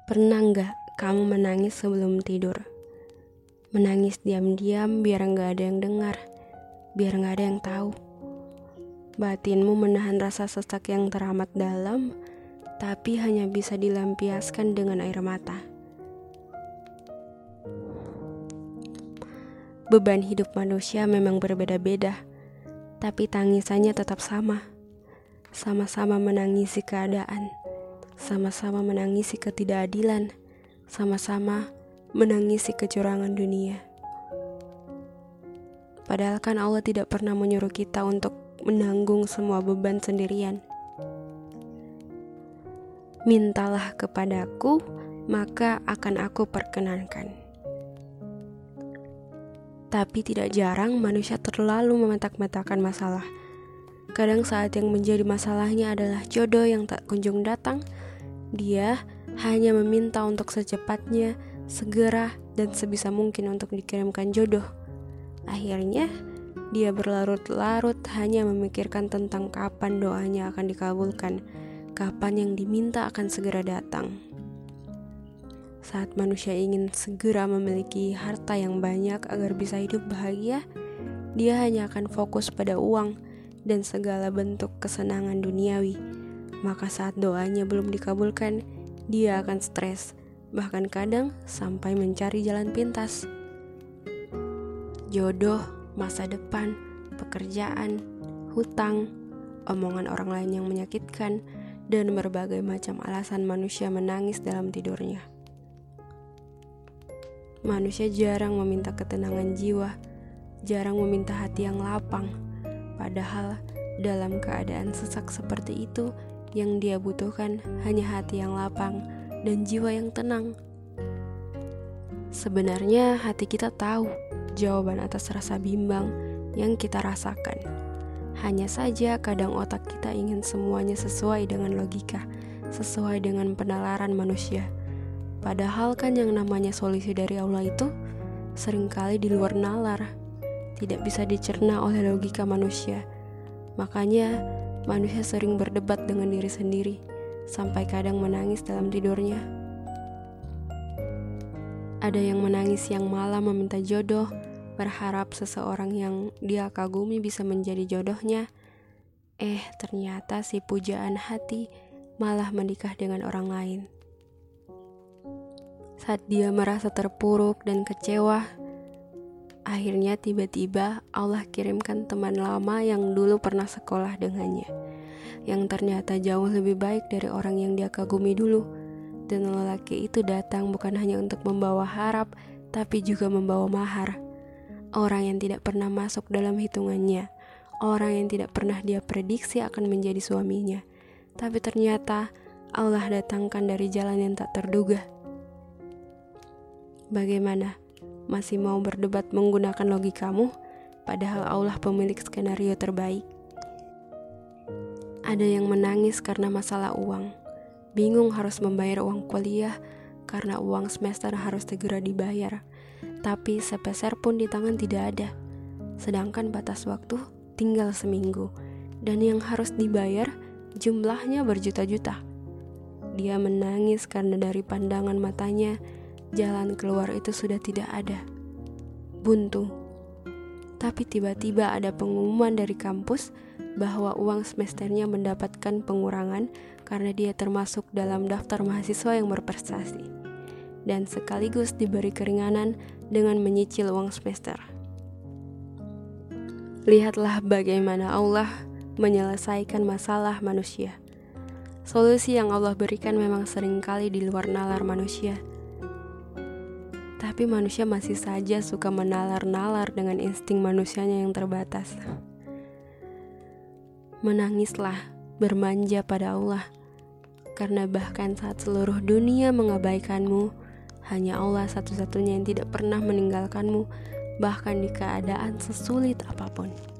Pernah nggak kamu menangis sebelum tidur? Menangis diam-diam biar nggak ada yang dengar, biar nggak ada yang tahu. Batinmu menahan rasa sesak yang teramat dalam, tapi hanya bisa dilampiaskan dengan air mata. Beban hidup manusia memang berbeda-beda, tapi tangisannya tetap sama. Sama-sama menangisi keadaan, sama-sama menangisi ketidakadilan, sama-sama menangisi kecurangan dunia. Padahal kan Allah tidak pernah menyuruh kita untuk menanggung semua beban sendirian. Mintalah kepadaku, maka akan aku perkenankan. Tapi tidak jarang manusia terlalu memetak-metakan masalah. Kadang saat yang menjadi masalahnya adalah jodoh yang tak kunjung datang, dia hanya meminta untuk secepatnya, segera, dan sebisa mungkin untuk dikirimkan jodoh. Akhirnya, dia berlarut-larut hanya memikirkan tentang kapan doanya akan dikabulkan, kapan yang diminta akan segera datang. Saat manusia ingin segera memiliki harta yang banyak agar bisa hidup bahagia, dia hanya akan fokus pada uang dan segala bentuk kesenangan duniawi. Maka saat doanya belum dikabulkan, dia akan stres, bahkan kadang sampai mencari jalan pintas. Jodoh, masa depan, pekerjaan, hutang, omongan orang lain yang menyakitkan, dan berbagai macam alasan manusia menangis dalam tidurnya. Manusia jarang meminta ketenangan jiwa, jarang meminta hati yang lapang. Padahal dalam keadaan sesak seperti itu, yang dia butuhkan hanya hati yang lapang dan jiwa yang tenang. Sebenarnya hati kita tahu jawaban atas rasa bimbang yang kita rasakan. Hanya saja kadang otak kita ingin semuanya sesuai dengan logika, sesuai dengan penalaran manusia. Padahal kan yang namanya solusi dari Allah itu seringkali di luar nalar, tidak bisa dicerna oleh logika manusia. Makanya manusia sering berdebat dengan diri sendiri, sampai kadang menangis dalam tidurnya. Ada yang menangis yang malam meminta jodoh, berharap seseorang yang dia kagumi bisa menjadi jodohnya. Ternyata si pujaan hati malah menikah dengan orang lain. Saat dia merasa terpuruk dan kecewa, akhirnya tiba-tiba Allah kirimkan teman lama yang dulu pernah sekolah dengannya, yang ternyata jauh lebih baik dari orang yang dia kagumi dulu. Dan lelaki itu datang bukan hanya untuk membawa harap, tapi juga membawa mahar. Orang yang tidak pernah masuk dalam hitungannya, orang yang tidak pernah dia prediksi akan menjadi suaminya. Tapi ternyata Allah datangkan dari jalan yang tak terduga. Bagaimana? Masih mau berdebat menggunakan logikamu? Padahal Allah pemilik skenario terbaik. Ada yang menangis karena masalah uang, bingung harus membayar uang kuliah karena uang semester harus segera dibayar, tapi sepeser pun di tangan tidak ada. Sedangkan batas waktu tinggal seminggu, dan yang harus dibayar jumlahnya berjuta-juta. Dia menangis karena dari pandangan matanya, jalan keluar itu sudah tidak ada. Buntu. Tapi tiba-tiba ada pengumuman dari kampus bahwa uang semesternya mendapatkan pengurangan karena dia termasuk dalam daftar mahasiswa yang berprestasi, dan sekaligus diberi keringanan dengan menyicil uang semester. Lihatlah bagaimana Allah menyelesaikan masalah manusia. Solusi yang Allah berikan memang seringkali di luar nalar manusia. Tapi manusia masih saja suka menalar-nalar dengan insting manusianya yang terbatas. Menangislah, bermanja pada Allah, karena bahkan saat seluruh dunia mengabaikanmu, hanya Allah satu-satunya yang tidak pernah meninggalkanmu, bahkan di keadaan sesulit apapun.